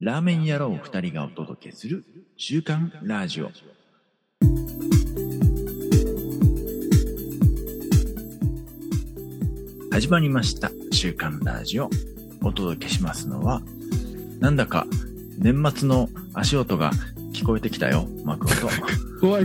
ラーメン野郎二人がお届けする週刊ラジオ。始まりました週刊ラジオ。お届けしますのは、なんだか年末の足音が聞こえてきたよ、マクオと。 怖い。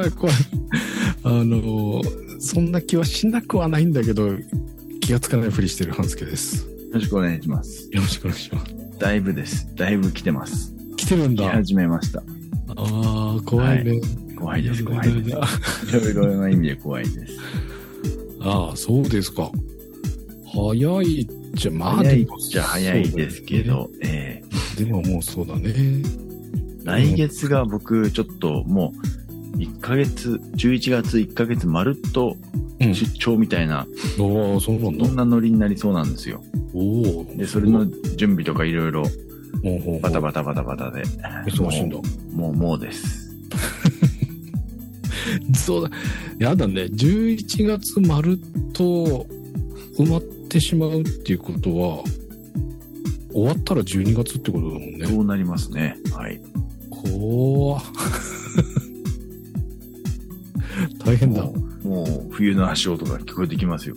そんな気はしなくはないんだけど、気がつかないふりしてる半助です。 よろしくお願いします。 よろしくお願いします。 だいぶ来てます。 来てるんだ。 来始めました。 ああ、怖いね。 はい、怖いです。いろいろな意味で怖いです。 ああ、そうですか。早いっちゃ、まあ、 早いっちゃ早いですけど、 でももうそうだね。 来月が僕、ちょっともう、1ヶ月、11月1ヶ月まるっと出張みたいな、 ああ、そうなんだ。 そんなノリになりそうなんですよ。 おお。 で、それの準備とかいろいろ、バタバタで。 忙しいんだ。 もうです。 そうだ。やだね。11月まるっと埋まってしまうっていうことは、終わったら12月ってことだもんね。 そうなりますね。はい。 怖大変だ。 もう冬の足音が聞こえてきますよ。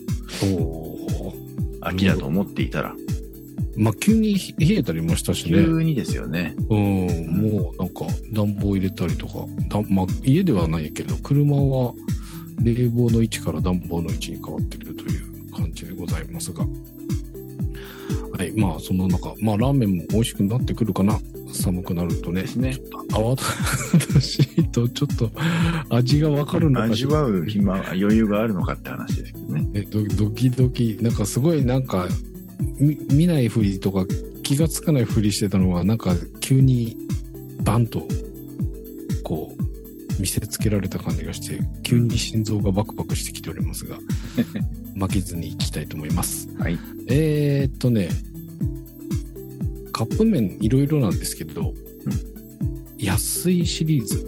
秋だと思っていたら。 まあ、急に冷えたりもしたしね。 急にですよね。 もうなんか暖房入れたりとか、まあ、家ではないけど、車は冷房の位置から暖房の位置に変わっているという感じでございますが。はい、まあ、その中、まあ、ラーメンも美味しくなってくるかな。寒くなるとね。 ですね。 泡立たしいとちょっと味がわかるのか。 味わう余裕があるのかって話ですけどね。 ドキドキ、なんかすごいなんか、見ないふりとか気がつかないふりしてたのがなんか急にバンとこう見せつけられた感じがして急に心臓がバクバクしてきておりますが負けずにいきたいと思います。 はい。 カップ麺いろいろなんですけど、安いシリーズ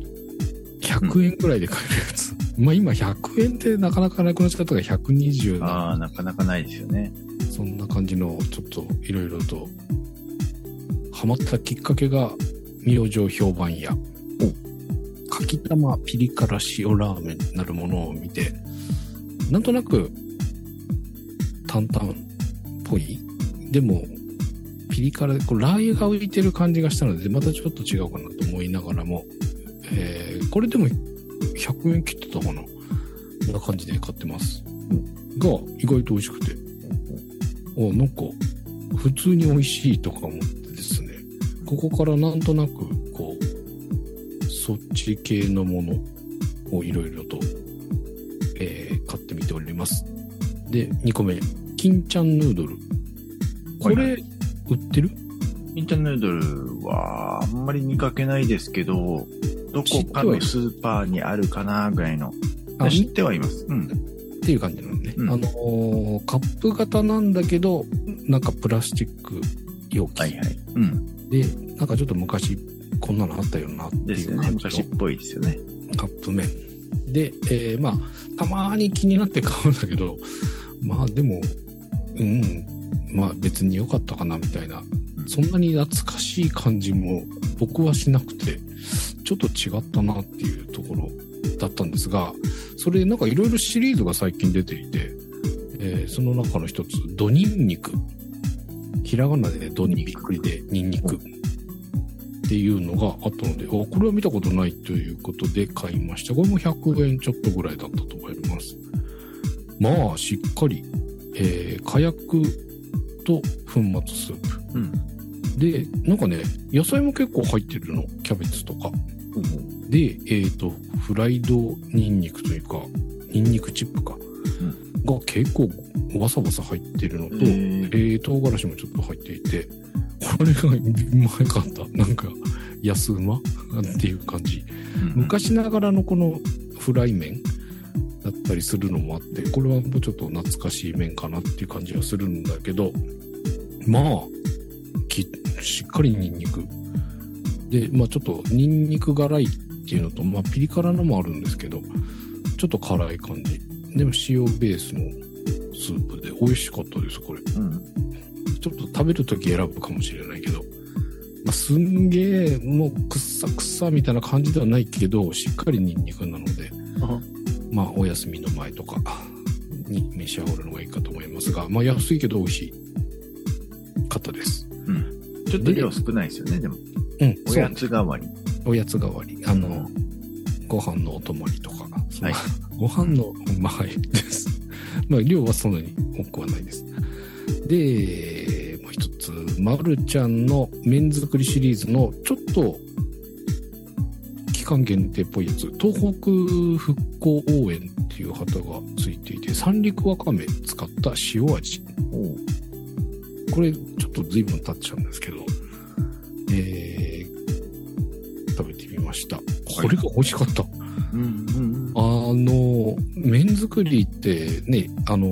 100円くらいで買えるやつ、まあ今100円ってなかなかなくなっちゃったから120 なかなかないですよね。 そんな感じのちょっといろいろとハマったきっかけが明星評判屋かきたまピリ辛塩ラーメンなるものを見てなんとなく担々っぽいでもピリ辛でこうラー油が浮いてる感じがしたのでまたちょっと違うかなと思いながらも、これでも100円切ってたかなこんな感じで買ってますが意外と美味しくてなんか普通に美味しいとか思ってですねここからなんとなくこうそっち系のものをいろいろと、買ってみております。で2個目金ちゃんヌードルこれ売ってる？ 金ちゃんヌードルはあんまり見かけないですけどどこかのスーパーにあるかなぐらいの知ってはいます。 っていう感じなのね、カップ型なんだけどなんかプラスチック容器、でなんかちょっと昔こんなのあったよなっていう感じの昔っぽいですよねカップ麺で、まあたまに気になって買うんだけどまあでもまあ別に良かったかなみたいな、そんなに懐かしい感じも僕はしなくてちょっと違ったなっていうところだったんですがそれなんかいろいろシリーズが最近出ていて、その中の一つドニンニクひらがなでねドにびっくりでニンニクっていうのがあったのでこれは見たことないということで買いました。これも100円ちょっとぐらいだったと思います。まあしっかり、火薬と粉末スープ、でなんかね野菜も結構入ってるのキャベツとか、でフライドニンニクというかニンニクチップか、が結構わさわさ入ってるのと、唐辛子もちょっと入っていてこれがうまかった。なんか安うまっていう感じ、昔ながらのこのフライ麺だったりするのもあってこれはもうちょっと懐かしい麺かなっていう感じはするんだけどまあしっかりニンニクでまあちょっとニンニク辛いっていうのとまあピリ辛のもあるんですけどちょっと辛い感じでも塩ベースのスープで美味しかったですこれ、ちょっと食べるとき選ぶかもしれないけどかすんげえもうくっさくさみたいな感じではないけど、しっかりニンニクなので、まあお休みの前とかに召し上がるのがいいかと思いますが、まあ安いけど美味しいかったです。 うん。ちょっと量少ないですよね、でも。 うん。 おやつ代わり。 おやつ代わり。ご飯のお供にとか。 はい。 ご飯の、まあ、はいです。まあ量はそんなに多くはないです。で、もう一つ、まるちゃんの麺作りシリーズのちょっと期間限定っぽいやつ、東北復興応援っていう旗がついていて、三陸わかめ使った塩味。これちょっと随分経っちゃうんですけど、食べてみました。これが美味しかった。麺作りってね、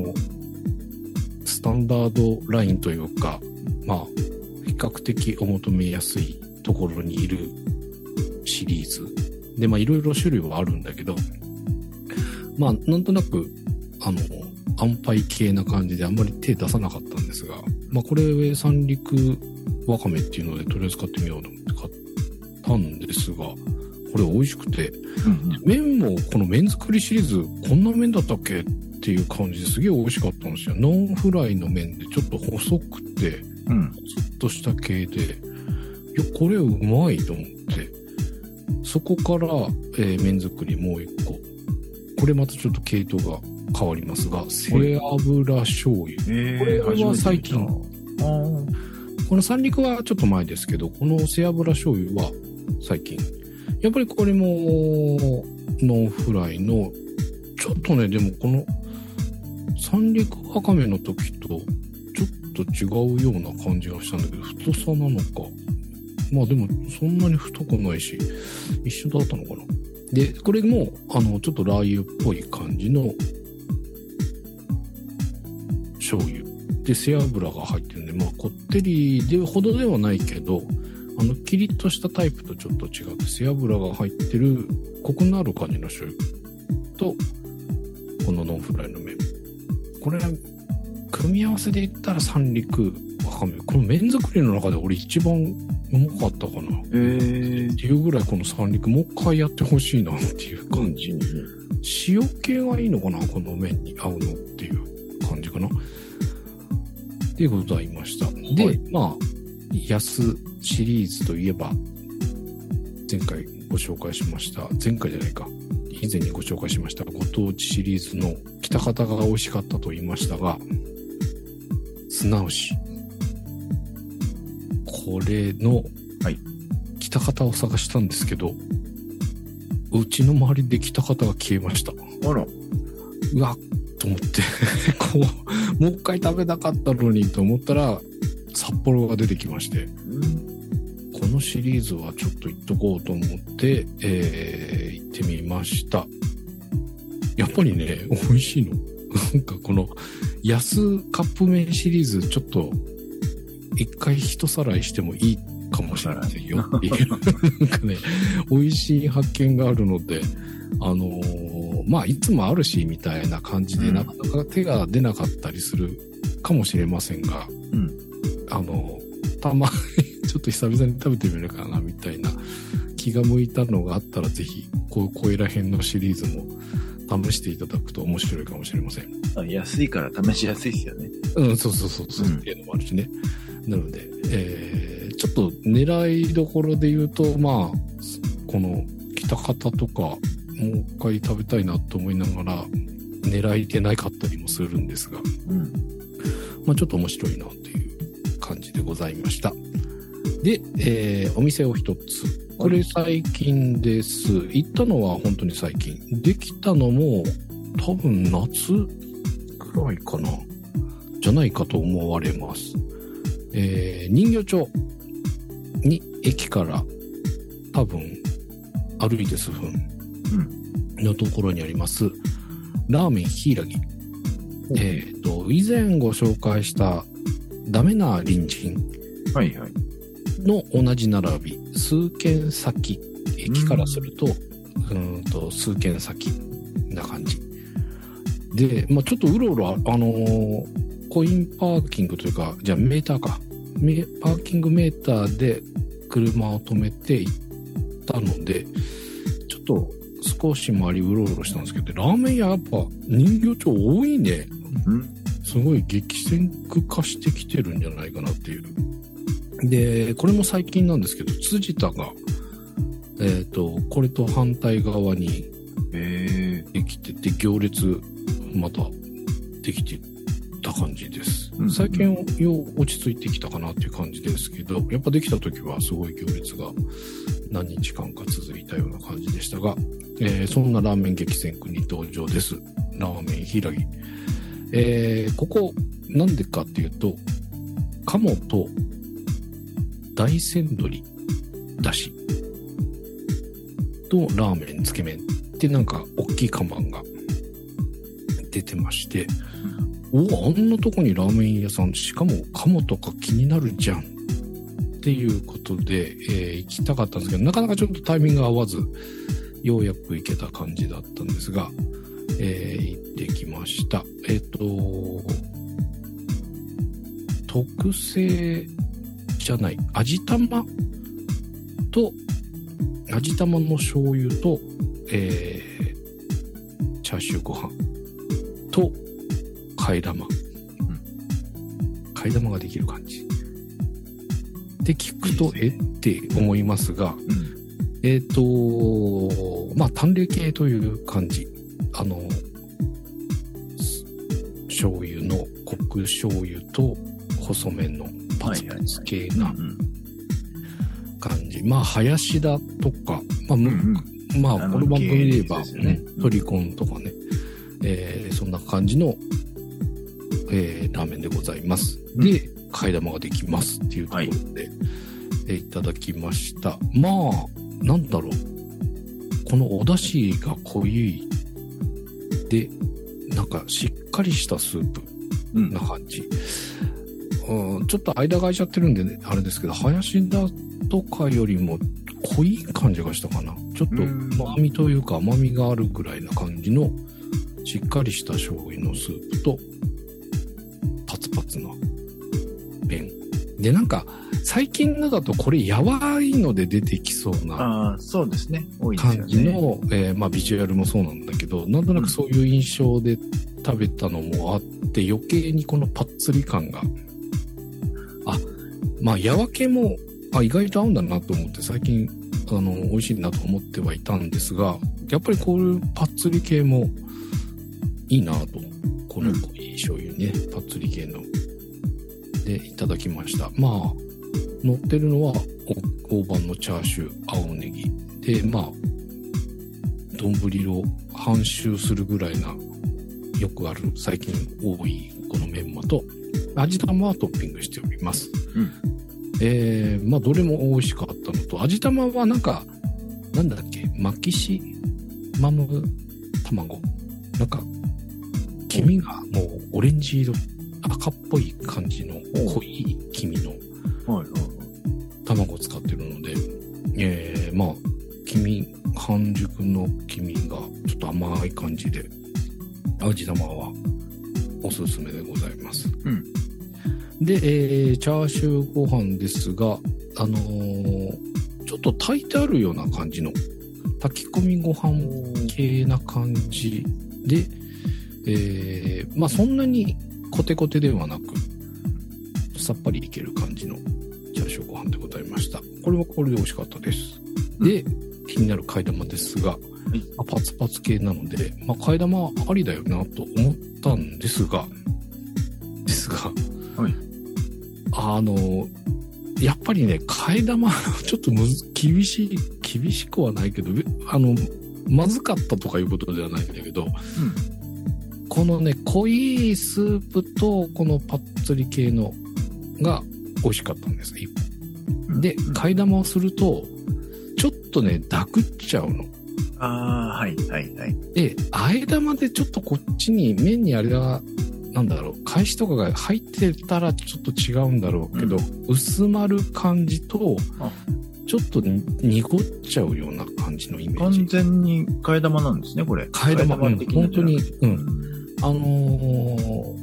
スタンダードラインというか、まあ、比較的お求めやすいところにいるシリーズ。で、まあ、いろいろ種類はあるんだけど、まあ、なんとなく、安牌系な感じであんまり手出さなかったんですが、まあ、これ、三陸わかめっていうので、とりあえず買ってみようと思って買ったんですが、これ美味しくて、麺もこの麺作りシリーズ、こんな麺だったっけっていう感じですげえ美味しかったんですよ。ノンフライの麺でちょっと細くて、スッとした系で、いや、これうまいと思って、そこから、麺作りもう一個。これまたちょっと系統が変わりますが、背脂醤油。これは最近。この三陸はちょっと前ですけど、この背脂醤油は最近。やっぱりこれもノンフライの、ちょっとね、でもこの三陸わかめの時とちょっと違うような感じがしたんだけど、太さなのか。まあでもそんなに太くないし、一緒だったのかな。で、これもちょっとラー油っぽい感じの醤油。で、背脂が入ってるんで、まあこってりでほどではないけど、キリッとしたタイプとちょっと違って、背脂が入ってるコクのある感じの醤油と、このノンフライの麺。これ、組み合わせで言ったら三陸わかめ。この麺作りの中で俺一番うまかったかな。っていうぐらいこの三陸もう一回やってほしいなっていう感じ。塩系がいいのかなこの麺に合うのっていう感じかな。っていうことが言いました。で、まあ、安シリーズといえば、前回ご紹介しました、前回じゃないか、以前にご紹介しましたご当地シリーズの北方が美味しかったと言いましたが、砂牛。これの北方を探したんですけど、うちの周りで北方が消えました。 あら。 うわっと思ってもう一回食べたかったのにと思ったら、札幌が出てきまして、このシリーズはちょっと行っとこうと思って、行ってみました。やっぱりね、美味しいの。なんかこの安カップ麺シリーズ、ちょっと一回一さらいしてもいいかもしれませんよっていうなんかね、美味しい発見があるので、まあいつもあるしみたいな感じで、なかなか手が出なかったりするかもしれませんが、たまにちょっと久々に食べてみるかなみたいな気が向いたのがあったら、ぜひここら辺のシリーズも試していただくと面白いかもしれません。 安いから試しやすいですよね。 そうっていうのもあるしね。なので、ちょっと狙いどころで言うと、まあこの北方とかもう一回食べたいなと思いながら狙いてないかったりもするんですが、まあちょっと面白いなという感じでございました。で、お店を一つ。これ最近です。行ったのは本当に最近。できたのも多分夏くらいかな。じゃないかと思われます。人形町に駅から多分歩いて数分のところにあります、ラーメンひいらぎ。以前ご紹介したダメな隣人の同じ並び、数軒先、駅からすると、数軒先な感じ。で、まあちょっとうろうろ、コインパーキングというか、じゃあメーターか。パーキングメーターで車を止めて行ったので、ちょっと少し周りうろうろしたんですけど、ラーメン屋やっぱ人形町多いね。すごい激戦区化してきてるんじゃないかなっていう。で、これも最近なんですけど、辻田が、これと反対側にできてて、行列またできてた感じです。最近落ち着いてきたかなっていう感じですけど、やっぱできた時はすごい行列が何日間か続いたような感じでしたが、そんなラーメン激戦区に登場です。ラーメンひらぎ。ここなんでかっていうと、鴨と大山鶏だしとラーメンつけ麺ってなんか大きい看板が出てまして、あんなとこにラーメン屋さん、しかも鴨とか気になるじゃんっていうことで、行きたかったんですけど、なかなかちょっとタイミング合わず、ようやく行けた感じだったんですが、行ってきました。特製じゃない、味玉の醤油と、チャーシューご飯と替え玉。替え玉ができる感じ。で聞くと、って思いますが、まあ、淡麗系という感じ。醤油のコク醤油と細麺のパツパツ系な感じ。まあ、ハヤシだとか、まあ、この番組で言えば、トリコンとかね、そんな感じの、ラーメンでございます。で、替え玉ができますっていうところで、いただきました。まあ、なんだろう。このお出汁が濃いで、なんかしっかりしたスープな感じ。ちょっと間が空いちゃってるんでね、あれですけど、ハヤシだとかよりも濃い感じがしたかな。ちょっと甘みというか甘みがあるぐらいな感じのしっかりした醤油のスープとパツパツな麺。で、なんか最近のだとこれやばいので出てきそうなそうですね。多いですよね。 感じの、まあビジュアルもそうなんだけど、なんとなくそういう印象で食べたのもあって余計にこのパッツリ感が、まあやわけも意外と合うんだなと思って最近美味しいなと思ってはいたんですが、やっぱりこういうパッツリ系もいいなと、この濃い醤油ね、パッツリ系のでいただきました。まあ乗ってるのは大判のチャーシュー、青ネギで、まあ丼を半周するぐらいなよくある最近多いこのメンマと味玉はトッピングしております。まあどれも美味しかったのと、味玉はなんかなんだっけ、マキシマム卵、なんか黄身がもうオレンジ色、赤っぽい感じの濃い黄身の卵を使ってるので、まあ半熟の黄身がちょっと甘い感じで味玉はおすすめでございます。で、チャーシューご飯ですが、ちょっと炊いてあるような感じの炊き込みご飯系な感じで、まあそんなにコテコテではなくさっぱりいける感じのチャーシューご飯でございました。これはこれで美味しかったです。で、気になる替え玉ですが、パツパツ系なので、まあ替え玉ありだよなと思ったんですが、やっぱりね、替え玉ちょっと厳しくはないけど、まずかったとかいうことではないんだけど、このね、濃いスープとこのパッツリ系のが美味しかったんです。で、替え玉をするとちょっとね、ダクっちゃうの。で、和え玉でちょっとこっちに麺にあれがなんだろう、返しとかが入ってたらちょっと違うんだろうけど、薄まる感じとちょっと濁っちゃうような感じのイメージ。 完全に替え玉なんですね、これ。 替え玉、本当に、ちょ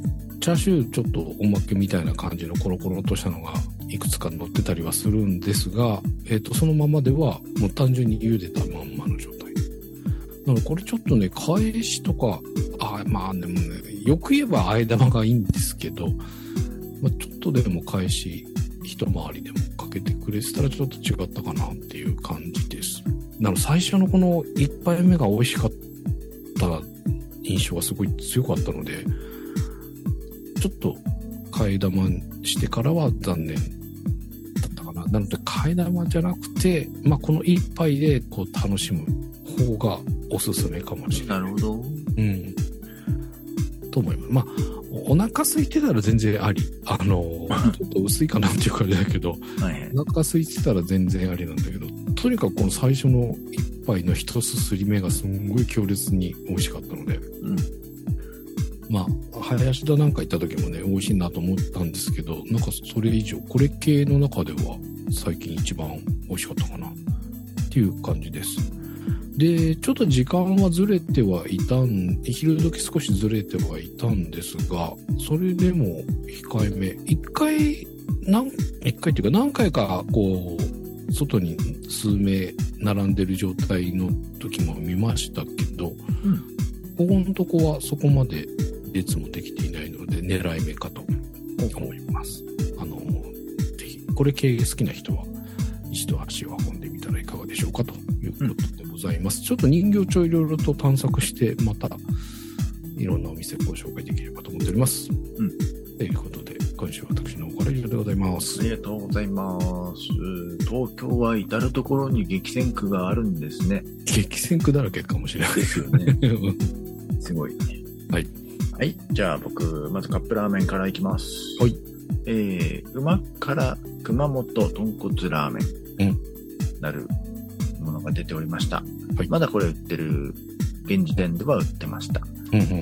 チャーシューちょっとおまけみたいな感じのコロコロとしたのがいくつか乗ってたりはするんですが、そのままではもう単純に茹でたまんまの状態。なのでこれちょっとね、返しとか、まあでもね、よく言えば和え玉がいいんですけど、まあ、ちょっとでも返し、一回りでもかけてくれてたらちょっと違ったかなっていう感じです。最初のこの一杯目が美味しかった印象がすごい強かったので、ちょっと替え玉してからは残念だったかな。なので替え玉じゃなくて、まあこの一杯でこう楽しむ方がおすすめかもしれない。 なるほど。 うん。と思います。まあお腹空いてたら全然あり。ちょっと薄いかなっていう感じだけど、はい、お腹空いてたら全然ありなんだけど、とにかくこの最初の一杯の一すすり目がすんごい強烈に美味しかったので、うん、まあ、林田なんか行った時もね、美味しいなと思ったんですけど、なんかそれ以上、これ系の中では最近一番美味しかったかなっていう感じです。で、ちょっと時間はずれてはいた昼時少しずれてはいたんですが、それでも控えめ。一回っていうか何回かこう、外に数名並んでる状態の時も見ましたけど、うん、ここのとこはそこまで列もできていないので狙い目かと思います。ぜひ、これ系好きな人は一度足を運んでみたらいかがでしょうかということでございます。ちょっと人形町いろいろと探索して、またいろんなお店をご紹介できればと思っております。うん。ということで、今週は私の方から以上でございます。 ありがとうございます。東京は至るところに激戦区があるんですね。 激戦区だらけかもしれないですよね。すごい。 はい。 はい。じゃあ僕、まずカップラーメンからいきます。 はい。 旨辛熊本豚骨ラーメン。うん。なるものが出ておりました。はい。まだこれ売ってる、現時点では売ってました。うんうんうん、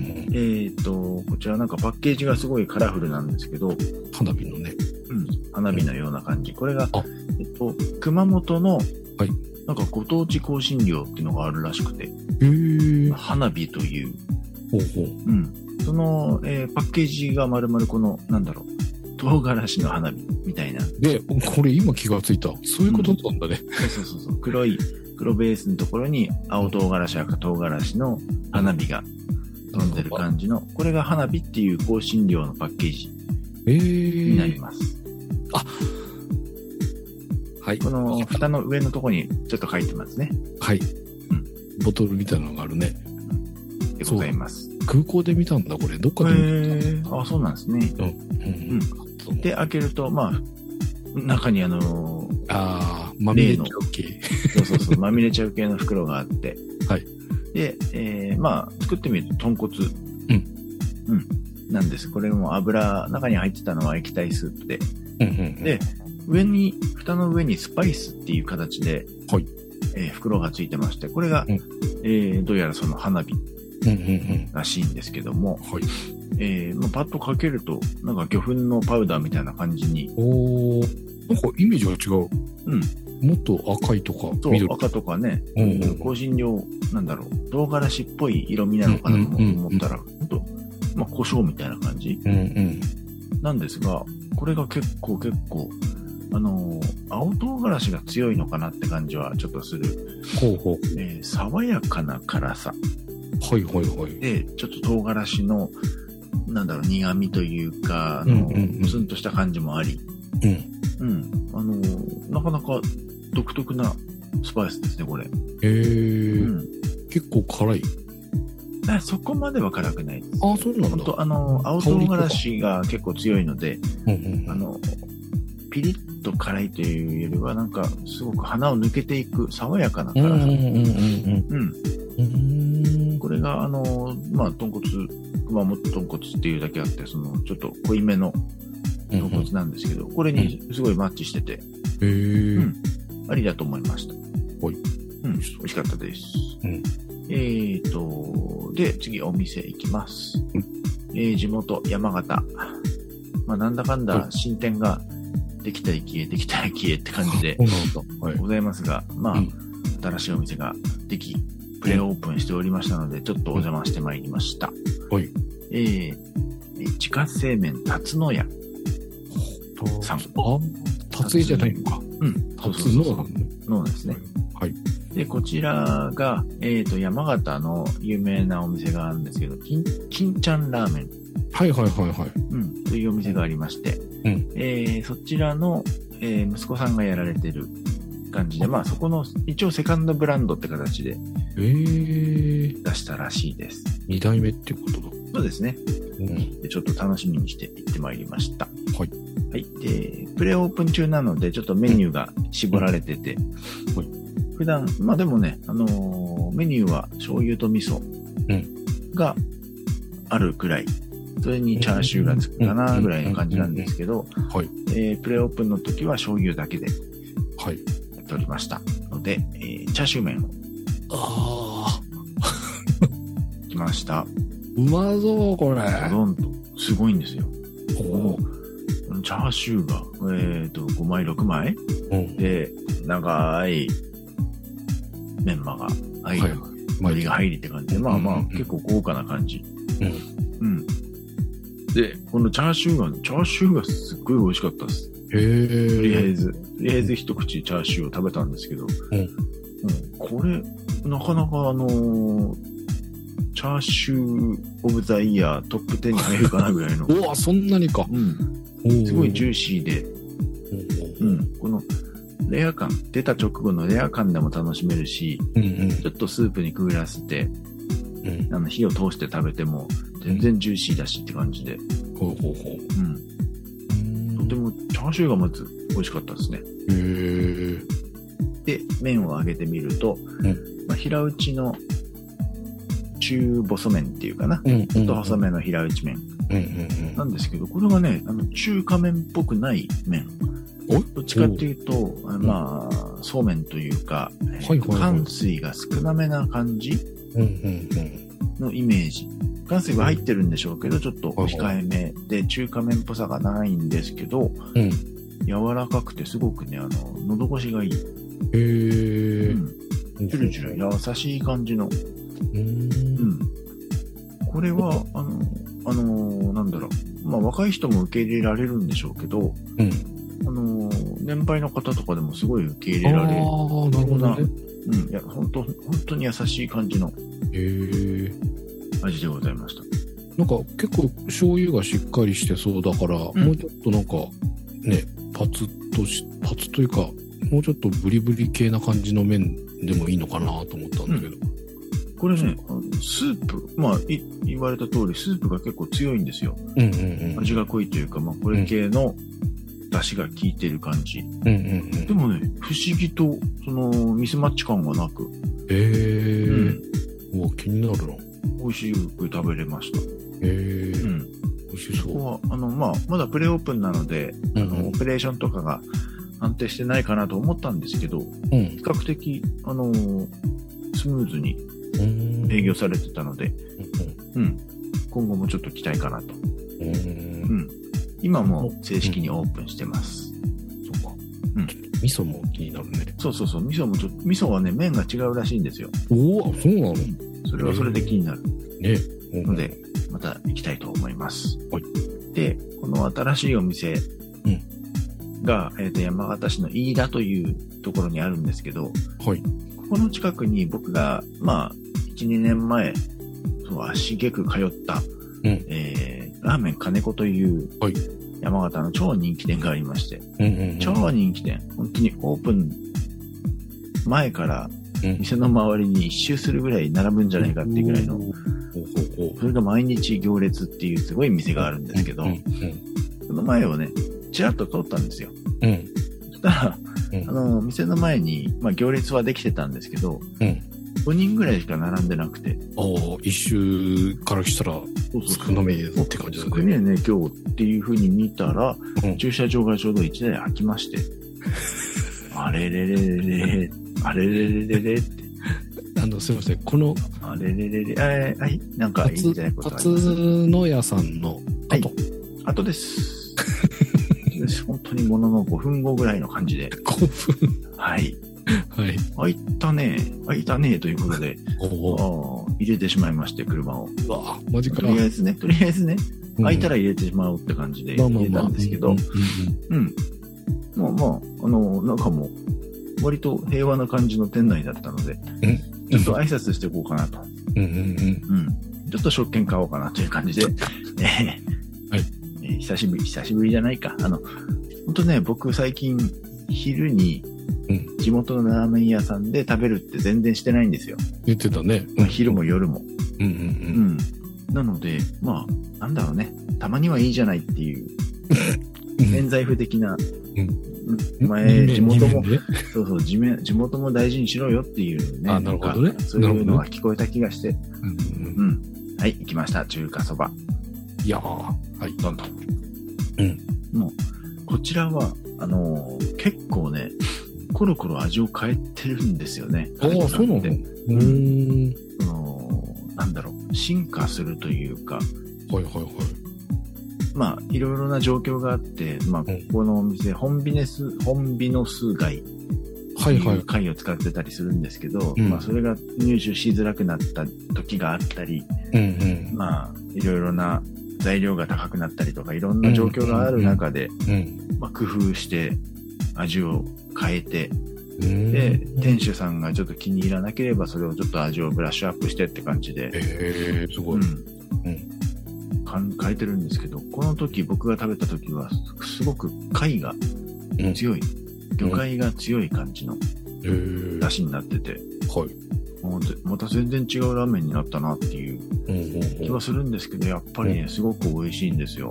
こちらなんかパッケージがすごいカラフルなんですけど。 花火のね。 うん。花火のような感じ。これが、熊本の、はい。なんかご当地香辛料っていうのがあるらしくて。花火という。 ほうほう。 うん。その、パッケージが丸々この、なんだろう。唐辛子の花火みたいな。 で、これ今気がついた。そういうことなんだね。 うん、そう。黒ベースのところに青唐辛子、赤唐辛子の花火が飛んでる感じの、これが花火っていう香辛料のパッケージになります。はい。この蓋の上のところにちょっと書いてますね。 はい。うん。ボトルみたいなのがあるね。 でございます。 空港で見たんだ、これ。どっかで見た。 そうなんですね。うん。で、開けると、まあ、中にまみれちゃう系。 そう、まみれちゃう系の袋があって。 はい。 で、まあ、作ってみると豚骨。うん。なんです。これも中に入ってたのは液体スープで。で、蓋の上にスパイスっていう形で、はい。袋がついてまして、これが、どうやらその花火らしいんですけども、はい。パッとかけると、なんか魚粉のパウダーみたいな感じに。 なんかイメージが違う。うん。もっと赤いとか緑。 そう、赤とかね。香辛料、なんだろう、唐辛子っぽい色味なのかなと思ったら、ほんと、まあ、胡椒みたいな感じ。なんですが、これが結構、青唐辛子が強いのかなって感じはちょっとする。爽やかな辛さ。 はい。 で、ちょっと唐辛子の、なんだろう、苦味というか、ツンとした感じもあり。なかなか独特なスパイスですね、これ。 結構辛い。 そこまでは辛くないです。 そうなんだ。 青唐辛子が結構強いので、ピリッと辛いというよりは、なんか、すごく鼻を抜けていく爽やかな辛さ。これが、まあ、熊本豚骨っていうだけあって、ちょっと濃いめの豚骨なんですけど、これにすごいマッチしてて、ありだと思いました。美味しかったです。で、次お店行きます。地元山形。まあ、なんだかんだ新店ができたら消えって感じでございますが、まあ、新しいお店ができ、プレオープンしておりましたので、ちょっとお邪魔してまいりました。 自家製麺辰野屋さん。 辰江じゃないのか。 うん。 辰野屋のですね。 はい。 で、こちらが、山形の有名なお店があるんですけど、金ちゃんラーメン。 はいはいはいはい。 うん。というお店がありまして、 うん。 そちらの、息子さんがやられてる感じで、まあそこの一応セカンドブランドって形で出したらしいです。 2代目ってことだ。 そうですね。 うん。 でちょっと楽しみにして行ってまいりました。 はい。 はい。で、プレオープン中なので、ちょっとメニューが絞られてて、 はい。 普段、まあでもね、メニューは醤油と味噌があるくらい、それにチャーシューがつくかなぐらいの感じなんですけど、 はい。 プレオープンの時は醤油だけで、 はい。 やっておりましたので、チャーシュー麺を。 ああ。 来ました。 うまそう、これ。 ドドンと。すごいんですよ。 おチャーシューが、5枚、6枚、 うん、で、 長いメンマが入り、はい、海苔が入りって感じで、まあまあ、結構豪華な感じ。うん。うん。で、このチャーシューがすっごい美味しかったです。 へー。 とりあえず一口チャーシューを食べたんですけど、これ、なかなかチャーシューオブザイヤートップ10に入るかなぐらいの。 うわ、そんなにか。 うん。すごいジューシーで、うん。このレア感、出た直後のレア感でも楽しめるし、ちょっとスープにくぐらせて、火を通して食べても全然ジューシーだしって感じで。とてもチャーシューがまず美味しかったですね。で、麺を揚げてみると、平打ちの中細麺っていうかな。ちょっと細めの平打ち麺。なんですけど、これがね、中華麺っぽくない麺。どっちかっていうと、まあ、そうめんというか、乾水が少なめな感じのイメージ。乾水は入ってるんでしょうけど、ちょっと控えめで、中華麺っぽさがないんですけど、柔らかくてすごくね、喉越しがいい。ジュルジュル優しい感じの。これは、なんだろう。まあ、若い人も受け入れられるんでしょうけど、年配の方とかでもすごい受け入れられる。 なるほどね。 いや、本当に優しい感じの味でございました。 なんか結構醤油がしっかりしてそうだから、もうちょっとなんかね、パツというか、もうちょっとブリブリ系な感じの麺でもいいのかなと思ったんだけど。 これね、スープ、まあ、言われた通り、スープが結構強いんですよ。味が濃いというか、まあ、これ系の出汁が効いてる感じ。でもね、不思議と、ミスマッチ感がなく。気になるな。美味しく食べれました。美味しそう。ここは、まあ、まだプレオープンなので、オペレーションとかが安定してないかなと思ったんですけど、比較的、スムーズに営業されてたので、今後もちょっと期待かなと。今も正式にオープンしてます。 そうか。味噌も気になるね。 そう。味噌はね、麺が違うらしいんですよ。 おお、そうなの？ それはそれで気になる。 ね。 ので、また行きたいと思います。で、この新しいお店が、山形市の飯田というところにあるんですけど、ここの近くに僕が、まあ、1、2年前、足げく通った、ラーメン金子という、山形の超人気店がありまして、超人気店、本当にオープン前から店の周りに一周するぐらい並ぶんじゃないかっていうぐらいの、それが毎日行列っていうすごい店があるんですけど、その前をね、ちらっと通ったんですよ。そしたら、店の前に、まあ、行列はできてたんですけど、5人ぐらいしか並んでなくて。 一周からしたら少なめって感じだね。 少ねえね、今日っていう風に見たら、駐車場がちょうど1台空きまして、あれれれれれ、あれれれれれって。 すいません、この、 あれれれれ、はい、なんか言いたいことあります。 辰野屋さんの後。 後です。本当にものの5分後ぐらいの感じで。 5分はい。開いたねということで、入れてしまいまして、車を。 マジか。 とりあえずね、 空いたら入れてしまおうって感じで入れたんですけど、まあまあ、中も割と平和な感じの店内だったので、ちょっと挨拶していこうかなと。ちょっと食券買おうかなという感じで、久しぶりじゃないか。ほんとね、僕最近昼に地元のラーメン屋さんで食べるって全然してないんですよ。 言ってたね。 昼も夜も。なので、まあ、なんだろうね。たまにはいいじゃないっていう、免罪符的な、前、地元も、そうそう、地元も大事にしろよっていうね。 なるほどね。 そういうのが聞こえた気がして。はい、行きました。中華そば。 いやー、はい、 どんどん。もう、こちらは、結構ね、コロコロ味を変えてるんですよね。 そうなの？ なんだろう、進化するというか。まあ、いろいろな状況があって、まあ、ここのお店、ホンビノス貝っていう貝を使ってたりするんですけど、まあ、それが入手しづらくなった時があったり、まあ、いろいろな材料が高くなったりとか、いろんな状況がある中で、まあ、工夫して味を変えて、で、店主さんがちょっと気に入らなければ、それをちょっと味をブラッシュアップしてって感じで、 すごい。 変えてるんですけど、この時、僕が食べた時は、すごく貝が強い、魚介が強い感じの出汁になってて、また全然違うラーメンになったなっていう気はするんですけど、やっぱりね、すごく美味しいんですよ。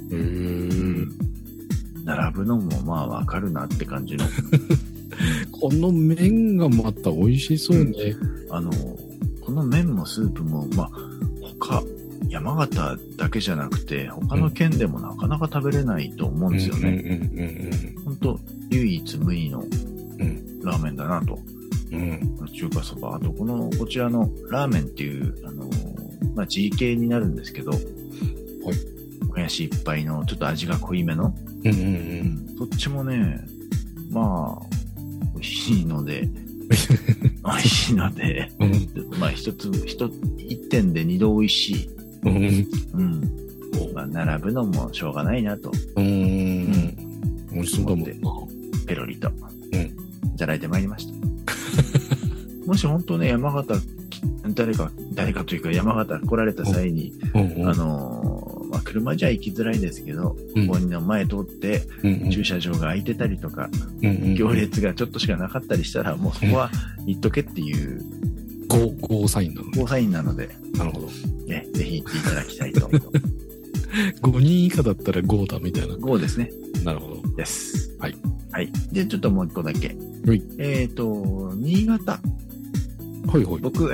並ぶのもまあわかるなって感じの。 この麺がまた美味しそうね。 この麺もスープも、まあ、山形だけじゃなくて、他の県でもなかなか食べれないと思うんですよね。本当唯一無二のラーメンだなと。中華そば。あと、こちらのラーメンっていう、まあ、GK になるんですけど、もやしいっぱいの、ちょっと味が濃いめの。そっちもね、まあ、美味しいので、まあ、一点で二度美味しい。まあ、並ぶのもしょうがないなと。 美味しそうだもんな。 ペロリと、いただいてまいりました。もし本当ね、山形、誰かというか山形来られた際に、まあ、車じゃ行きづらいですけど、ここの前通って、駐車場が空いてたりとか、行列がちょっとしかなかったりしたら、もうそこは行っとけっていう、 ゴーサインなのね。 ゴーサインなので、 なるほど。 ね、ぜひ行っていただきたいと。 5人以下だったらゴーだみたいな。 ゴーですね。 なるほど。 です。 はい。 はい。で、ちょっともう一個だけ。新潟。僕、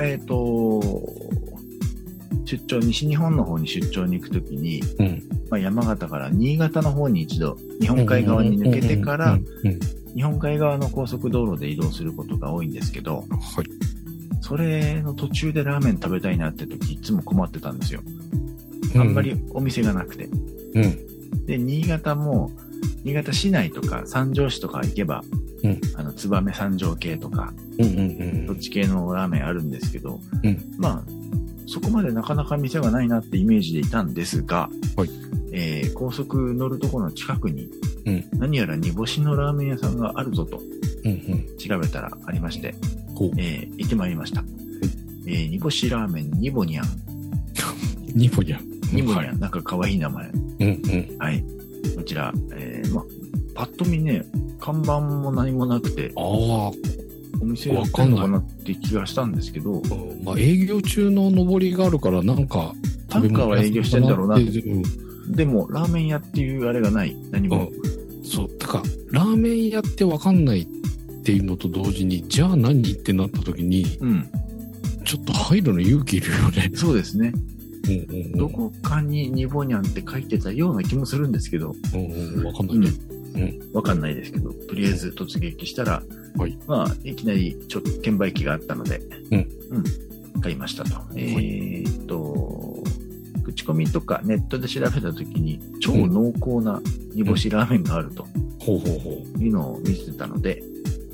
西日本の方に出張に行くときに、まあ、山形から新潟の方に一度、日本海側に抜けてから、日本海側の高速道路で移動することが多いんですけど、それの途中でラーメン食べたいなって時、いつも困ってたんですよ。あんまりお店がなくて。で、新潟市内とか三条市とか行けば、燕三条系とか、そっち系のラーメンあるんですけど、まあ、そこまでなかなか店がないなってイメージでいたんですが、高速乗るところの近くに、何やら煮干しのラーメン屋さんがあるぞと、調べたらありまして、行ってまいりました。煮干しラーメンニボニャン。 ニボニャン。 なんか可愛い名前。はい。こちら、まあ、パッと見ね、看板も何もなくて、お店やってんのかなって気がしたんですけど、 まあ、営業中の上りがあるから、なんかは営業してんだろうな。でも、ラーメン屋っていうあれがない。何も。 そう。だから、ラーメン屋ってわかんないっていうのと同時に、じゃあ何ってなった時に、ちょっと入るの勇気いるよね。 そうですね。どこかにニボニャンって書いてたような気もするんですけど。 わかんないね。 わかんないですけど、とりあえず突撃したら、まあ、いきなり券売機があったので、買いましたと。口コミとかネットで調べたときに、超濃厚な煮干しラーメンがあると。いうのを見せてたので、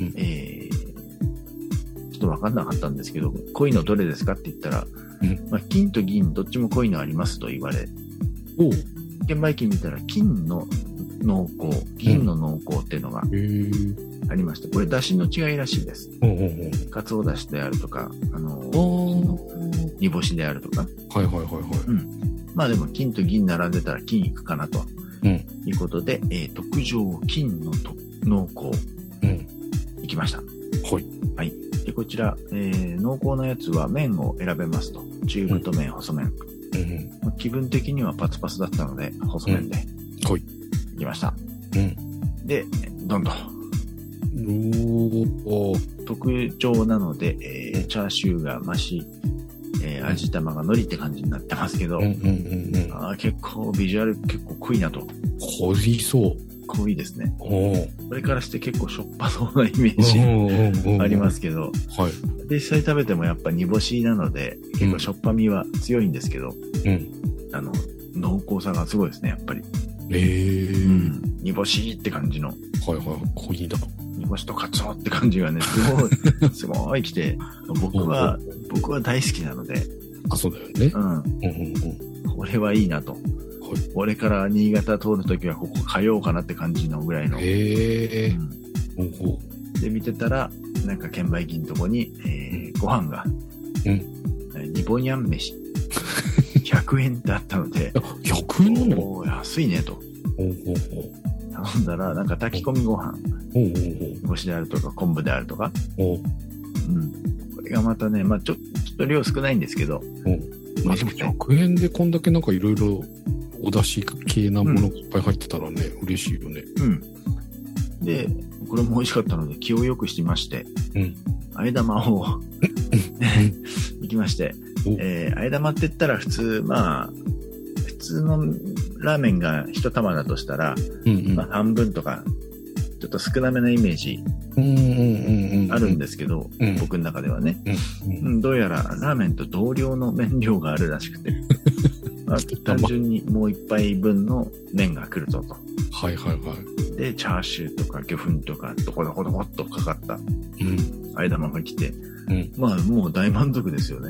ちょっとわかんなかったんですけど、濃いのどれですかって言ったら、まあ、金と銀どっちも濃いのありますと言われ券売機見たら金の濃厚、銀の濃厚っていうのがありまして、これ出汁の違いらしいです。かつお出汁であるとか、煮干しであるとか。まあでも金と銀並んでたら金いくかなということで、特上金の濃厚、いきました。はい。でこちら、濃厚なやつは麺を選べますと。中太麺、細麺。気分的にはパツパツだったので、細麺で。いきました。で、どんどん。特徴なので、チャーシューが増し、味玉が海苔って感じになってますけど、結構ビジュアル結構濃いなと。 濃いそう。 濃いですね。これからして結構しょっぱそうなイメージありますけど、実際食べてもやっぱ煮干しなので、結構しょっぱみは強いんですけど、濃厚さがすごいですね、やっぱり。煮干しって感じの。 濃いだ。 煮干しとカツオって感じがね、すごい来て、僕は大好きなので。 そうだよね。 これはいいなと。これから新潟通るときはここ通おうかなって感じのぐらいの。で、見てたら、なんか券売機のとこに、ご飯が、ニボニャン飯。100円ってあったので。 100円なの？ 安いねと。頼んだら、なんか炊き込みご飯。煮干しであるとか、昆布であるとか。これがまたね、まあちょっと量少ないんですけど。 でも100円でこんだけなんかいろいろお出汁系なものがいっぱい入ってたらね、嬉しいよね。 で、これも美味しかったので気を良くしてまして、あえ玉を行きまして、あえ玉って言ったら普通のラーメンが一玉だとしたら、半分とか、ちょっと少なめなイメージあるんですけど、僕の中ではね、どうやらラーメンと同量の麺量があるらしくて、単純にもう一杯分の麺が来るぞと。で、チャーシューとか魚粉とかどこどこどこっとかかった、あえ玉が来て、まあもう大満足ですよね。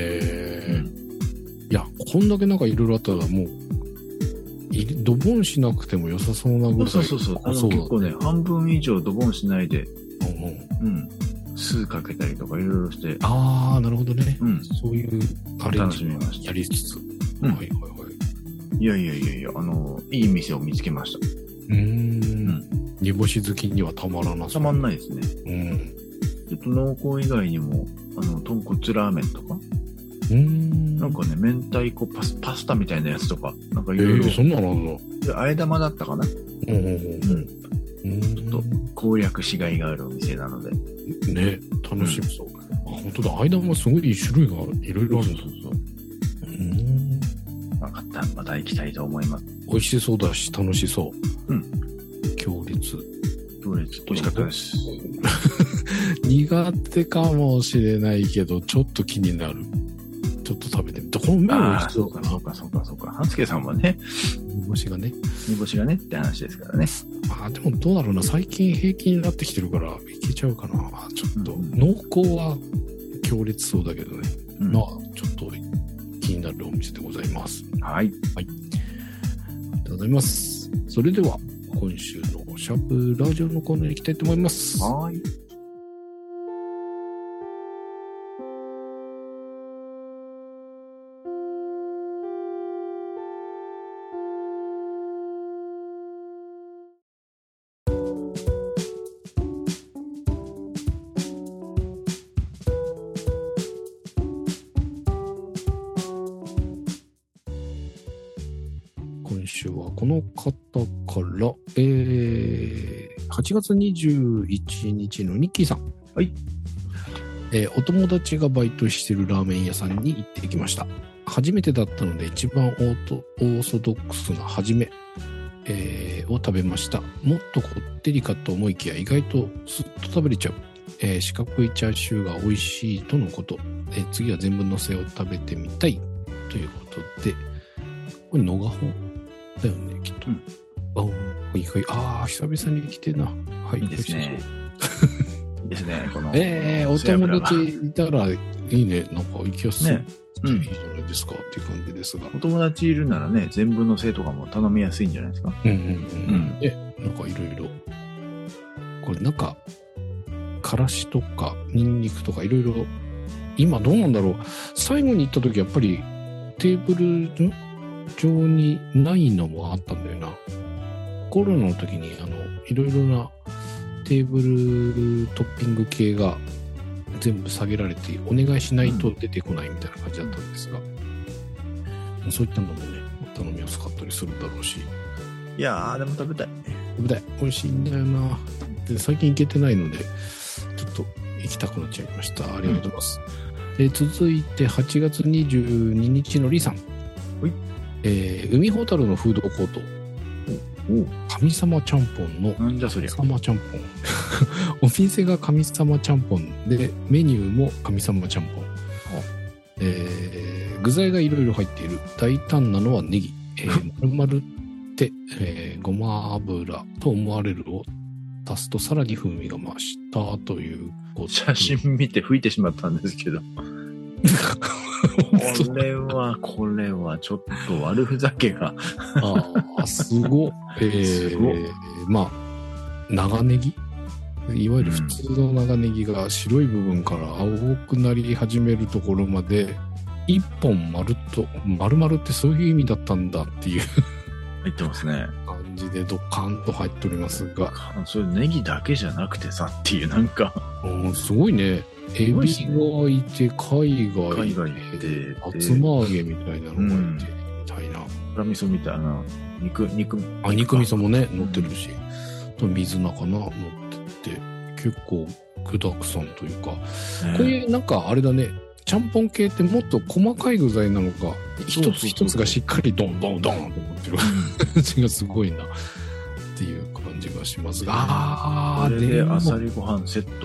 いや、こんだけなんかいろいろあったらもう、ドボンしなくても良さそうなぐらい。 そう。結構ね、半分以上ドボンしないで、酢かけたりとかいろいろして。 なるほどね。そういうアレンジもやりつつ。いや、いい店を見つけました。 煮干し好きにはたまらなそう。 たまんないですね。ちょっと濃厚以外にも、豚骨ラーメンとか。なんかね、明太子パスタみたいなやつとか、なんかいろいろ。 そんなのあえ玉だったかな。ちょっと攻略しがいがあるお店なので。 ね、楽しみそう。本当だ、あえ玉すごい種類がいろいろあるんだ。 分かった。また行きたいと思います。 美味しそうだし、楽しそう。強烈。 美味しかったです。 苦手かもしれないけど、ちょっと気になる。ちょっと食べてみて。この麺美味しそうかな。 そうか。半助さんはね。 煮干しがねって話ですからね。 でもどうだろうな。最近平均になってきてるから、いけちゃうかな。ちょっと、濃厚は強烈そうだけどね。ちょっと気になるお店でございます。 はい。 ありがとうございます。それでは、今週のシャープラジオのコーナーに行きたいと思います。 はい。 今週はこの方から、8月21日のニッキーさん。 はい。 お友達がバイトしてるラーメン屋さんに行ってきました。初めてだったので一番オーソドックスな初め、を食べました。もっとこってりかと思いきや意外とスッと食べれちゃう。四角いチャーシューが美味しいとのこと。次は全部のせを食べてみたいということで、これ野賀穂だよね、きっと。久々に来てな。はい。 いいですね。いいですね。この。 お友達いたらいいね。なんか行きやすい。ね。 ていいじゃないですかっていう感じですが。 お友達いるならね、全部のせとかも頼みやすいんじゃないですか。 で、なんかいろいろ、これなんか、からしとか、ニンニクとかいろいろ、今どうなんだろう。最後に行った時やっぱりテーブル上にないのもあったんだよな。コロナの時にいろいろなテーブルトッピング系が全部下げられてお願いしないと出てこないみたいな感じだったんですが、そういったのもね頼みやすかったりするだろうし。 いやーでも食べたい美味しいんだよな。で最近行けてないのでちょっと行きたくなっちゃいました。ありがとうございます。続いて8月22日のリさん、海ほたるのフードコート神様ちゃんぽんのなんじゃそりゃ神様ちゃんぽんお店が神様ちゃんぽんでメニューも神様ちゃんぽん、具材がいろいろ入っている。大胆なのはネギ、丸々って、ごま油と思われるを足すとさらに風味が増したということ。 写真見て吹いてしまったんですけどこれはちょっと悪ふざけがすごまあ長ネギ、いわゆる普通の長ネギが白い部分から青くなり始めるところまで一本丸々ってそういう意味だったんだっていう入ってますね。 感じでドカンと入っておりますが、それネギだけじゃなくてさっていうなんかすごいね。エビがいて貝がいて厚揚げみたいなのがいてみたいな。 辛味噌みたいな肉味噌もね乗ってるし、と水菜かな乗ってて結構具だくさんというか、こういうなんかあれだね。ちゃんぽん系ってもっと細かい具材なのか一つ一つがしっかりドンドンドンと思ってる感じがすごいなっていう感じがしますが、 これであさりご飯セット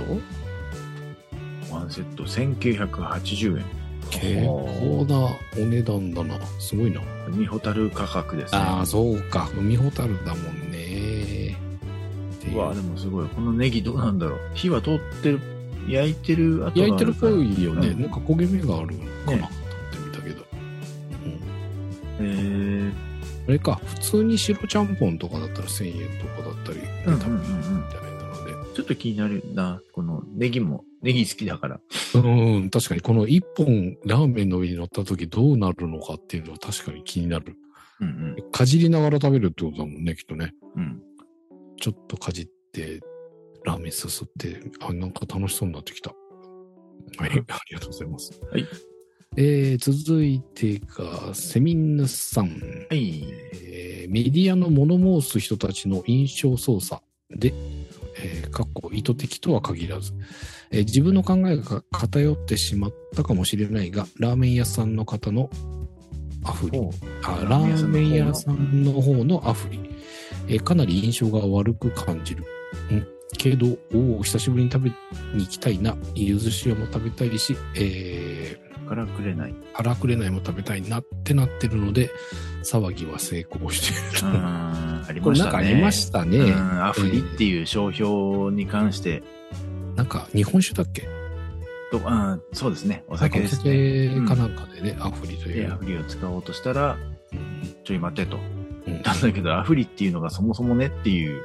1980円。 結構なお値段だな。すごいな。 海ほたる価格ですね。 そうか。海ほたるだもんね。 うわでもすごい。このネギどうなんだろう。火は通ってる、焼いてるっぽいよね。なんか焦げ目があるのかなと思ってみたけど。あれか、普通に白ちゃんぽんとかだったら1000円とかだったりで食べるみたいなので。 ちょっと気になるな。このネギ好きだから。 確かにこの一本ラーメンの上に乗った時どうなるのかっていうのは確かに気になる。かじりながら食べるってことだもんね、きっとね。ちょっとかじって、ラーメンすすって、なんか楽しそうになってきた。はい、ありがとうございます。 はい。 続いてが、セミンヌさん。 はい。 メディアの物申す人たちの印象操作で、意図的とは限らず、自分の考えが偏ってしまったかもしれないが、ラーメン屋さんの方のアフリ、ラーメン屋さんの方のアフリ、かなり印象が悪く感じる。けど、久しぶりに食べに行きたいな。ゆず塩も食べたいし、 からくれないも食べたいなってなってるので、騒ぎは成功してる。 ありましたね。 これなんかありましたね。 アフリっていう商標に関して。 なんか日本酒だっけ？ そうですね。お酒ですね。 お酒かなんかでね、アフリという。 アフリを使おうとしたら、ちょい待てと。なんだけど、アフリっていうのがそもそもねっていう。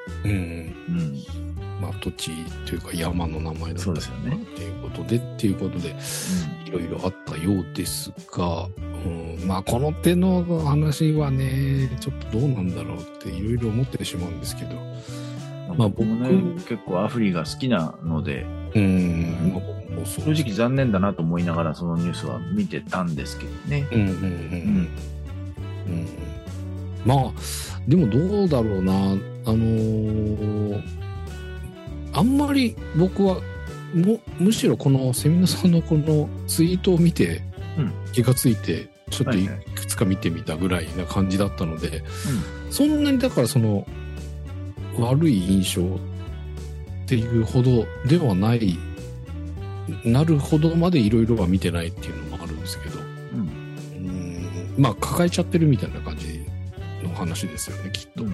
土地というか山の名前だったりとかっていうことで、いろいろあったようですが、この手の話はね、ちょっとどうなんだろうっていろいろ思ってしまうんですけど、 僕もね、結構アフリが好きなので、正直残念だなと思いながらそのニュースは見てたんですけどね。 でもどうだろうな、あんまり僕はむしろこのセミナさんのこのツイートを見て気がついてちょっといくつか見てみたぐらいな感じだったので、そんなにだからその悪い印象っていうほどではないなるほどまでいろいろは見てないっていうのもあるんですけど、抱えちゃってるみたいな感じの話ですよね、きっと。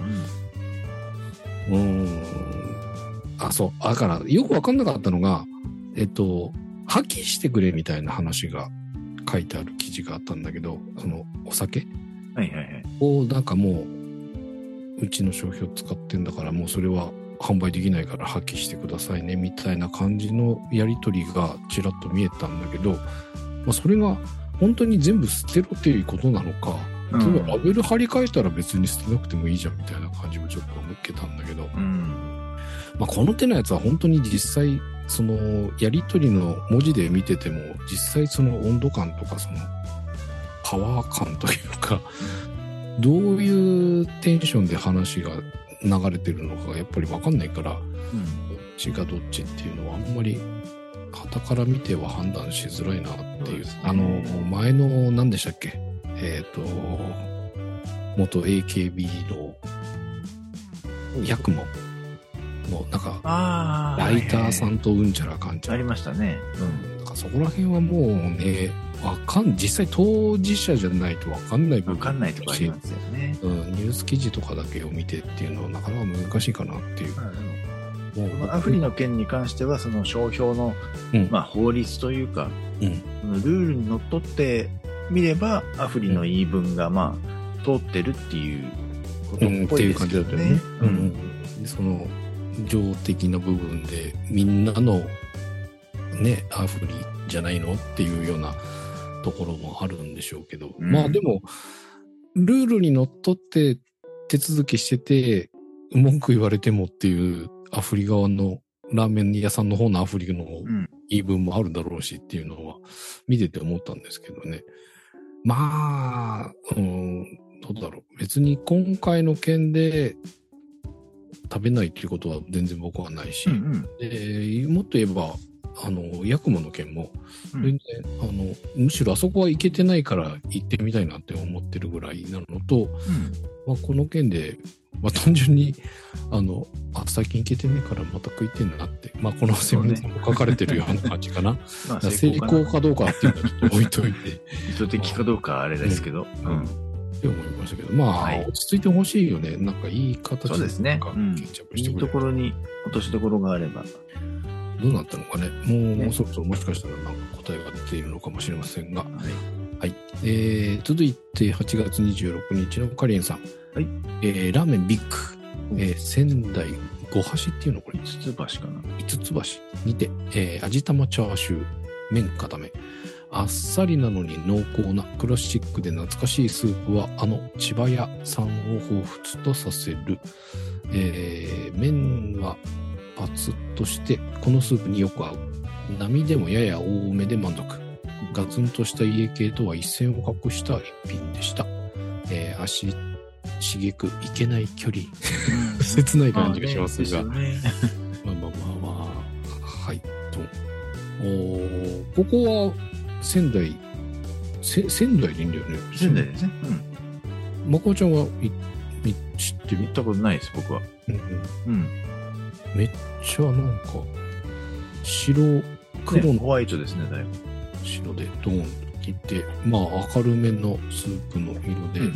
だからよく分かんなかったのが、破棄してくれみたいな話が書書いてある記事があったんだけど、そのお酒はいはいはい。 をなんかもう、うちの商標使ってんだからもうそれは販売できないから破棄してくださいねみたいな感じのやり取りがちらっと見えたんだけど、まあ、それが本当に全部捨てろっていうことなのか、例えばラベル貼り替えたら別に捨てなくてもいいじゃんみたいな感じもちょっと思っけたんだけど、まあ、この手のやつは本当に実際そのやり取りの文字で見てても実際その温度感とかそのパワー感というかどういうテンションで話が流れてるのかがやっぱり分かんないから、どっちがどっちっていうのはあんまり傍から見ては判断しづらいなっていう。前の何でしたっけ、元 AKB のヤクモのなんかライターさんとうんちゃらかんちゃらありましたね。 なんかそこら辺はもうね実際当事者じゃないと分かんない部分分かんないとこありますよね。 ニュース記事とかだけを見てっていうのはなかなか難しいかなっていう。 アフリの件に関してはその商標の、まあ、法律というか、そのルールにのっとってみればアフリの言い分がまあ通ってるっていうことっぽいですよね。っていう感じだったよね。 その情的な部分でみんなのねアフリじゃないのっていうようなところもあるんでしょうけど、まあでもルールにのっとって手続きしてて文句言われてもっていうアフリ側のラーメン屋さんの方のアフリの言い分もあるだろうしっていうのは見てて思ったんですけどね。まあ、どうだろう。別に今回の件で食べないっていうことは全然僕はないし、もっと言えば、ヤクモの件も、全然、むしろあそこは行けてないから行ってみたいなって思ってるぐらいなのと、まあ、この件で、まあ、単純に、最近行けてねえからまた食いてんだなって、まあ、このセミナーも書かれてるような感じかな。まあ成功かどうかっていうのはちょっと置いといて。 意図的かどうかはあれですけど。 って思いましたけど、まあ、落ち着いてほしいよね。なんかいい形で。 そうですね。いいところに落としどころがあれば。 どうなったのかね。もうそろそろもしかしたらなんか答えが出ているのかもしれませんが。はい。続いて8月26日のカリンさん。はい。ラーメンビッグ。仙台5橋っていうのこれ。 5つ橋かな。 5つ橋にて、味玉チャーシュー、麺固め。あっさりなのに濃厚なクラシックで懐かしいスープは千葉屋さんを彷彿とさせる。麺はパツッとしてこのスープによく合う。並でもやや多めで満足。ガツンとした家系とは一線を画した一品でした。足しげくいけない距離。切ない感じがしますが。まあはい。ここは仙台でいいんだよね。 仙台ですね。 まこちゃんは知ってる？ 行ったことないです、僕は。 めっちゃなんか、黒の。 ホワイトですね、だいぶ。 白でドーンと切って、まあ明るめのスープの色で。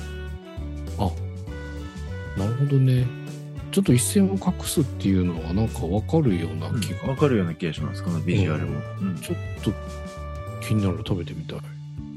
なるほどね。ちょっと一線を隠すっていうのはなんかわかるような気が。 わかるような気がします、このビジュアルも。 ちょっと気になる。食べてみたい。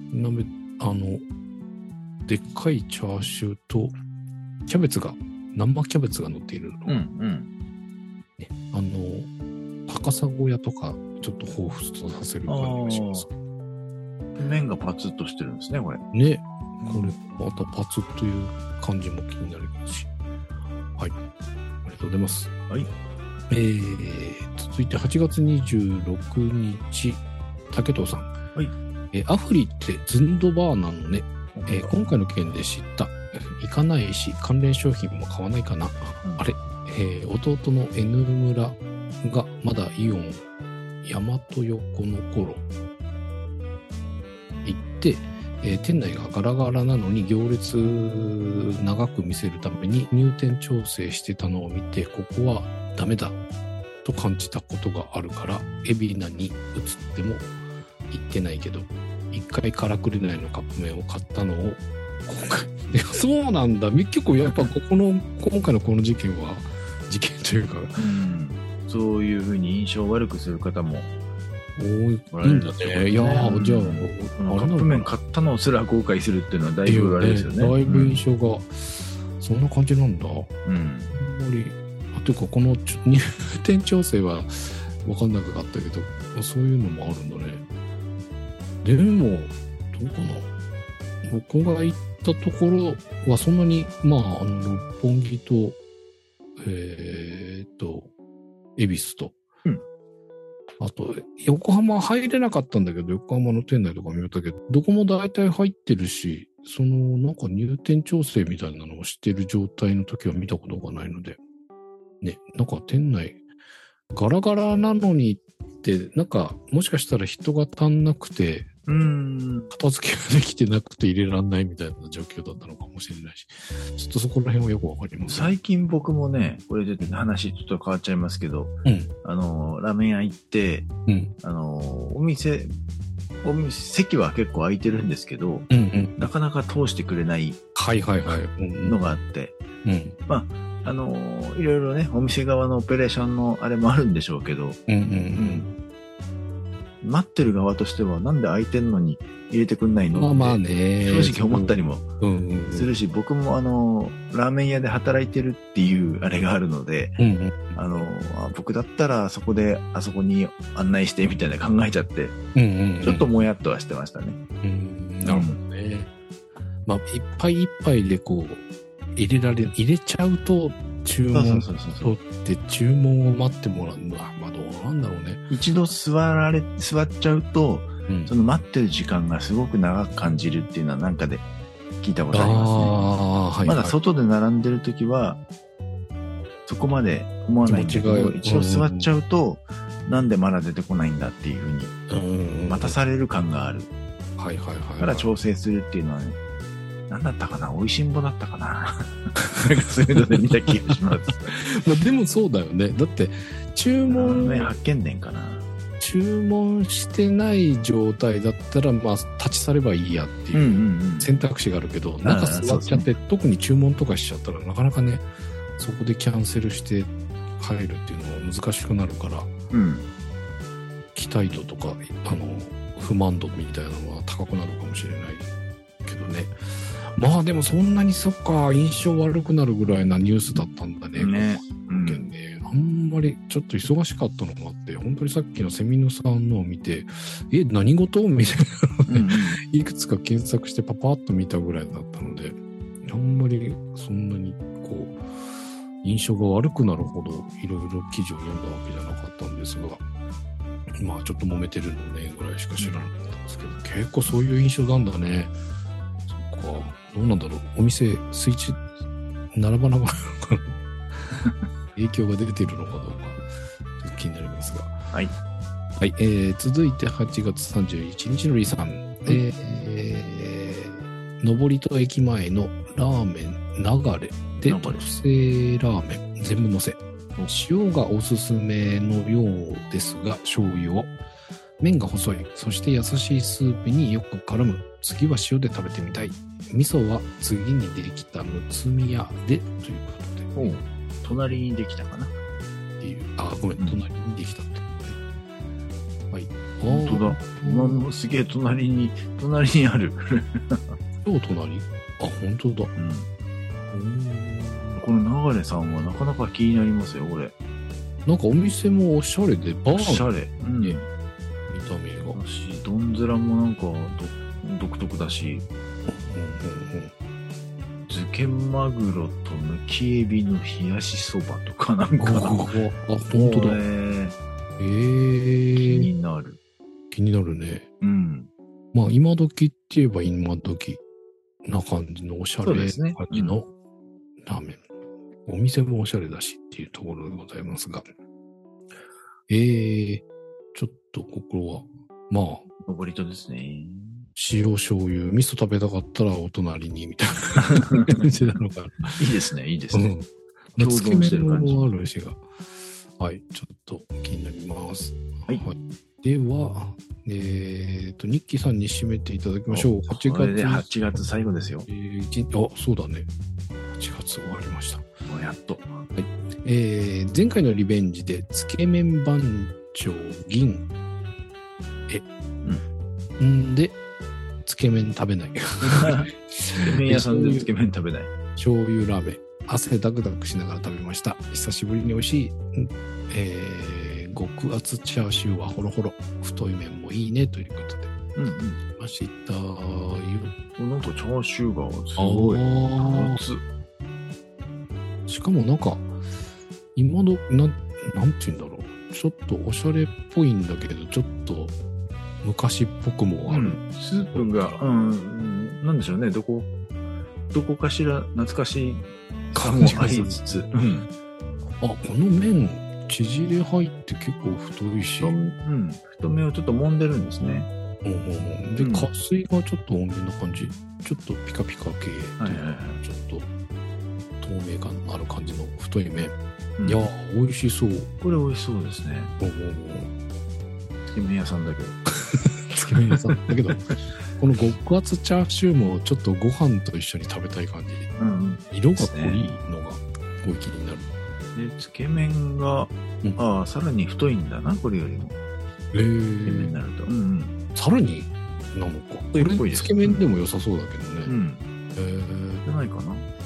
でっかいチャーシューと生キャベツが乗っているの。ね、高砂屋とかちょっと彷彿とさせる感じがします。 麺がパツッとしてるんですね、これ。 ね。これまたパツッという感じも気になりますし。はい。ありがとうございます。 はい。 続いて8月26日、竹藤さん。 はい。 アフリってズンドバーなのね。今回の件で知った。行かないし、関連商品も買わないかな。あれ、弟の N 村がまだイオン、大和横の頃、行って、店内がガラガラなのに行列長く見せるために入店調整してたのを見て、ここはダメだと感じたことがあるから、海老名に移っても行ってないけど、一回からくれないのカップ麺を買ったのを今回。そうなんだ。結構やっぱ今回のこの事件というか、 そういうふうに印象を悪くする方も多いんだね。いやー、じゃあ、 カップ麺買ったのすら後悔するっていうのはだいぶあれですよね。 だいぶ印象が、そんな感じなんだ。 うん。 あんまり、というか、この入店調整は分かんなかったけど、そういうのもあるんだね。でも、どうかな。僕が行ったところはそんなに、まあ、六本木と、恵比寿と、 うん。 あと、横浜入れなかったんだけど、横浜の店内とか見たけど、どこも大体入ってるし、なんか入店調整みたいなのをしてる状態の時は見たことがないので、ね、なんか店内、ガラガラなのにって、なんか、もしかしたら人が足んなくて、片付けができてなくて入れらんないみたいな状況だったのかもしれないし、ちょっとそこら辺はよくわかります、 ね。最近僕もね、これで話ちょっと変わっちゃいますけど、 うん、 ラーメン屋行って、 うん、 お店、席は結構空いてるんですけど、 うんうん、 なかなか通してくれないのがあって、まあ、いろいろね、お店側のオペレーションのあれもあるんでしょうけど、待ってる側としてはなんで空いてんのに入れてくんないのってまあね、 正直思ったりもするし、僕もラーメン屋で働いてるっていうあれがあるので、僕だったらそこであそこに案内してみたいな考えちゃって、ちょっともやっとはしてましたね。 なるほどね。まあ、いっぱいいっぱいでこう、入れちゃうと、注文取って注文を待ってもらうのは、まあどうなんだろうね。 一度座っちゃうと、その待ってる時間がすごく長く感じるっていうのはなんかで聞いたことありますね。まだ外で並んでるときは、そこまで思わないんだけど、一度座っちゃうと、なんでまだ出てこないんだっていうふうに、待たされる感がある。から調整するっていうのはね、何だったかな、美味しんぼだったかな。なんかそういうので見た気がします。 まあでもそうだよね。だって、注文。 発見伝かな。 注文してない状態だったら、まあ、立ち去ればいいやっていう選択肢があるけど、中座っちゃって、特に注文とかしちゃったら、なかなかね、そこでキャンセルして帰るっていうのは難しくなるから、期待度とか、不満度みたいなのは高くなるかもしれないけどね。まあでもそんなにそっか、印象悪くなるぐらいなニュースだったんだね。あんまりちょっと忙しかったのがあって、本当にさっきのセミヌさんのを見て、何事みたいなので、いくつか検索してパパッと見たぐらいだったので、あんまりそんなにこう、印象が悪くなるほどいろいろ記事を読んだわけじゃなかったんですが、まあちょっと揉めてるのねぐらいしか知らなかったんですけど、結構そういう印象なんだね。そっか、どうなんだろう。お店、スイッチ、並ばなかったのかな。影響が出てるのかどうか、ちょっと気になりますが。 はい。 はい、続いて8月31日のリさん。上戸駅前のラーメン流れで特製ラーメン全部乗せ。塩がおすすめのようですが、醤油を。麺が細い。そして優しいスープによく絡む。次は塩で食べてみたい。味噌は次にできたむつみ屋で、ということで。 隣にできたかなっていう。ごめん、隣にできたってことね。はい。 本当だ。すげえ隣にある。 超隣？本当だ。 この流れさんはなかなか気になりますよ、これ。 なんかお店もおしゃれで、 おしゃれ。 見た目が。 どんずらもなんか独特だし。漬けマグロとむきエビの冷やしそばとかなんか。 本当だ。 気になる。 気になるね。まあ、今時って言えば今時な感じのおしゃれな感じのラーメン。お店もおしゃれだしっていうところでございますが。ちょっとここは、まあ。 上りとですね。 塩醤油、味噌食べたかったらお隣にみたいな感じなのかな。 いいですね、いいですね。 つけ麺もあるしが。はい、ちょっと気になります。 はい。 では、ニッキーさんに締めていただきましょう。 8月最後ですよ。 そうだね。8月終わりました。 もうやっと。 はい。前回のリベンジで、つけ麺番長銀んで、つけ麺食べない。 つけ麺屋さんでつけ麺食べない。 醤油ラーメン。汗ダクダクしながら食べました。久しぶりに美味しい。極厚チャーシューはホロホロ。太い麺もいいね。ということで。ましたよ。 なんかチャーシューがすごい。厚。 しかもなんか、今の、なんて言うんだろう。ちょっとおしゃれっぽいんだけど、ちょっと昔っぽくもある。 スープが、なんでしょうね。どこかしら懐かしい感じがしつつ。 あ、この麺、縮れ入って結構太いし。 太めをちょっと揉んでるんですね。 で、加水がちょっと多めな感じ。ちょっとピカピカ系で、ちょっと透明感のある感じの太い麺。いやー、美味しそう。 これ美味しそうですね。つけ麺屋さんだけど。 つけ麺屋さんだけど、この極厚チャーシューもちょっとご飯と一緒に食べたい感じ。色が濃いのがすごい気になる。 で、つけ麺が、さらに太いんだな、これよりも。つけ麺になると。 さらになのか。これつけ麺でも良さそうだけどね。 じゃないかな。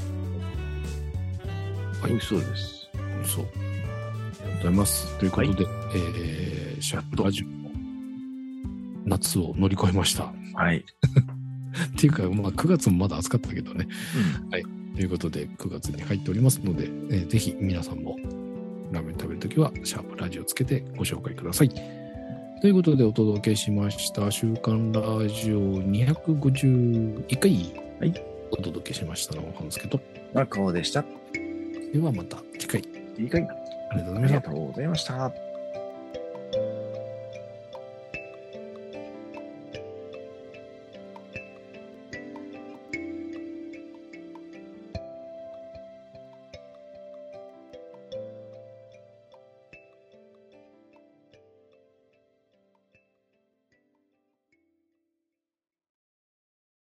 美味しそうです。 そう。ありがとうございます。ということで、シャープラジオの夏を乗り越えました。 はい。 っていうか、まあ9月もまだ暑かったけどね。はい。ということで、9月に入っておりますので、ぜひ皆さんもラーメン食べるときは、シャープラジオつけてご紹介ください。ということで、お届けしました、週刊ラジオ251回、お届けしましたのは、半助と、 中尾でした。 ではまた次回。 次回。 ありがとうございました。 ありがとうございました。